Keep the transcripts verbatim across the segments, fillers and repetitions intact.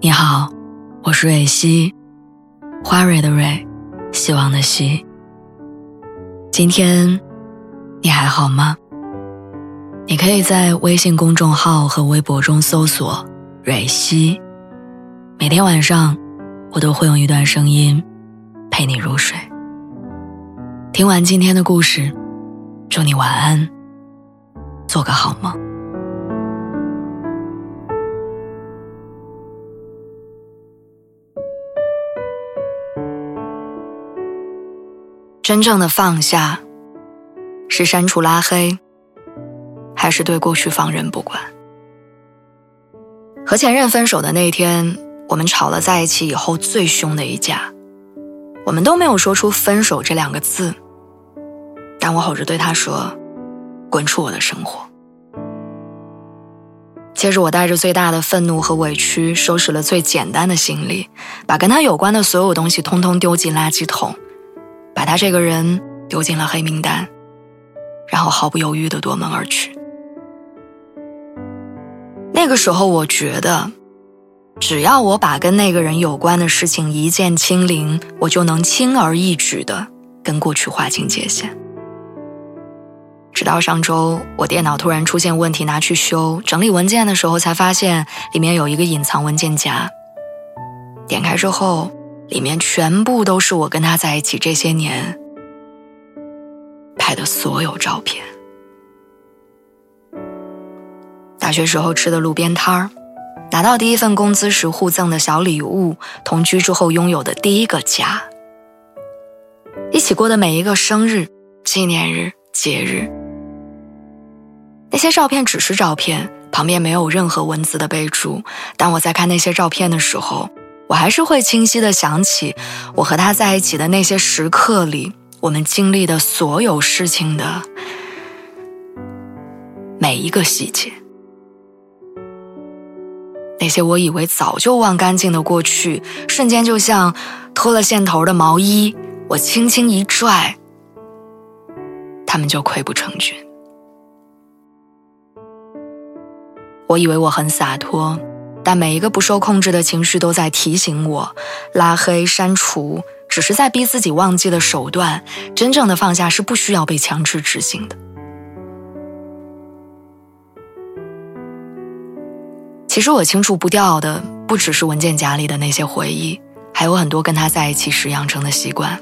你好，我是蕊希，花蕊的蕊，希望的希。今天你还好吗？你可以在微信公众号和微博中搜索蕊希，每天晚上我都会用一段声音陪你入睡。听完今天的故事，祝你晚安，做个好梦。真正的放下，是删除拉黑，还是对过去放任不管？和前任分手的那天，我们吵了在一起以后最凶的一架，我们都没有说出分手这两个字，但我吼着对他说，滚出我的生活。接着我带着最大的愤怒和委屈，收拾了最简单的行李，把跟他有关的所有东西通通丢进垃圾桶，把他这个人丢进了黑名单，然后毫不犹豫地夺门而去。那个时候我觉得，只要我把跟那个人有关的事情一键清零，我就能轻而易举地跟过去划清界限。直到上周，我电脑突然出现问题，拿去修，整理文件的时候才发现里面有一个隐藏文件夹。点开之后，里面全部都是我跟他在一起这些年拍的所有照片。大学时候吃的路边摊儿，拿到第一份工资时互赠的小礼物，同居之后拥有的第一个家，一起过的每一个生日、纪念日、节日。那些照片只是照片，旁边没有任何文字的备注，但我在看那些照片的时候，我还是会清晰地想起我和他在一起的那些时刻里，我们经历的所有事情的每一个细节。那些我以为早就忘干净的过去，瞬间就像脱了线头的毛衣，我轻轻一拽，他们就溃不成军。我以为我很洒脱，但每一个不受控制的情绪都在提醒我，拉黑删除只是在逼自己忘记的手段，真正的放下是不需要被强制执行的。其实我清除不掉的不只是文件夹里的那些回忆，还有很多跟他在一起时养成的习惯。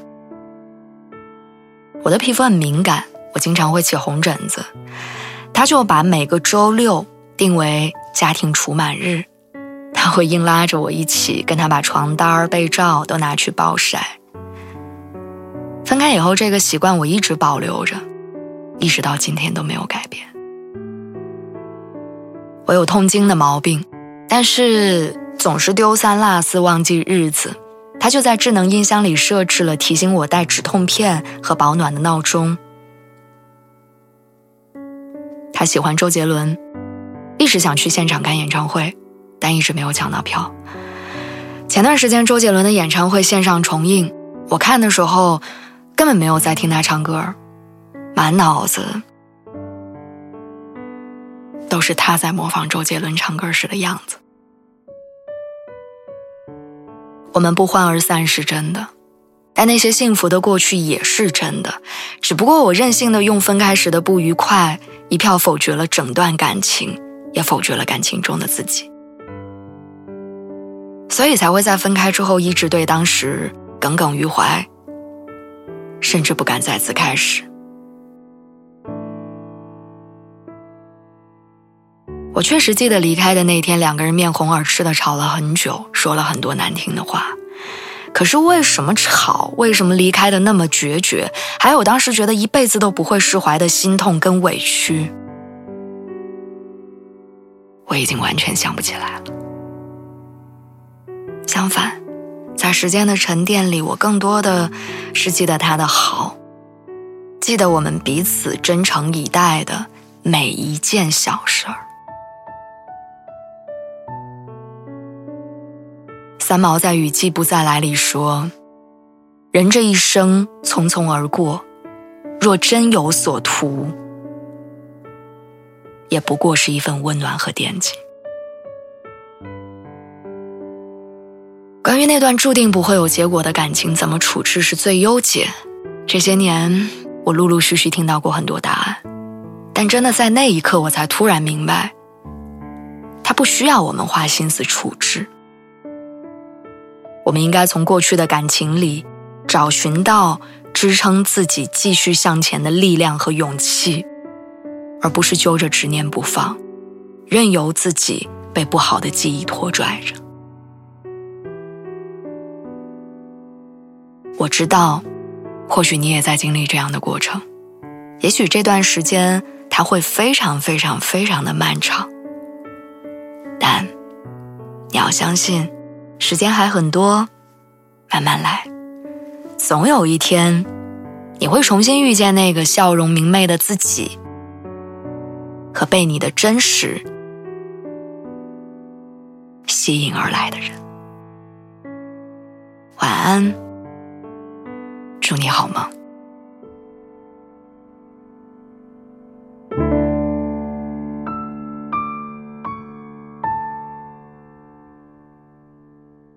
我的皮肤很敏感，我经常会起红疹子，他就把每个周六定为家庭除螨日，他会硬拉着我一起跟他把床单被罩都拿去暴晒。分开以后，这个习惯我一直保留着，一直到今天都没有改变。我有痛经的毛病，但是总是丢三落四忘记日子，他就在智能音箱里设置了提醒我带止痛片和保暖的闹钟。他喜欢周杰伦，一直想去现场看演唱会，但一直没有抢到票。前段时间周杰伦的演唱会线上重映，我看的时候根本没有在听他唱歌，满脑子都是他在模仿周杰伦唱歌时的样子。我们不欢而散是真的，但那些幸福的过去也是真的，只不过我任性的用分开时的不愉快一票否决了整段感情，也否决了感情中的自己，所以才会在分开之后一直对当时耿耿于怀，甚至不敢再次开始。我确实记得离开的那天，两个人面红耳赤的吵了很久，说了很多难听的话。可是为什么吵？为什么离开的那么决绝？还有当时觉得一辈子都不会释怀的心痛跟委屈，我已经完全想不起来了。相反，在时间的沉淀里，我更多的是记得他的好，记得我们彼此真诚以待的每一件小事儿。三毛在《雨季不再来》里说，人这一生匆匆而过，若真有所图，也不过是一份温暖和惦记。 关于那段注定不会有结果的感情，怎么处置是最优解？这些年，我陆陆续续听到过很多答案，但真的在那一刻，我才突然明白，它不需要我们花心思处置。我们应该从过去的感情里，找寻到支撑自己继续向前的力量和勇气，而不是揪着执念不放，任由自己被不好的记忆拖拽着。我知道，或许你也在经历这样的过程，也许这段时间它会非常非常非常的漫长，但你要相信，时间还很多，慢慢来，总有一天你会重新遇见那个笑容明媚的自己，和被你的真实吸引而来的人。晚安，祝你好梦。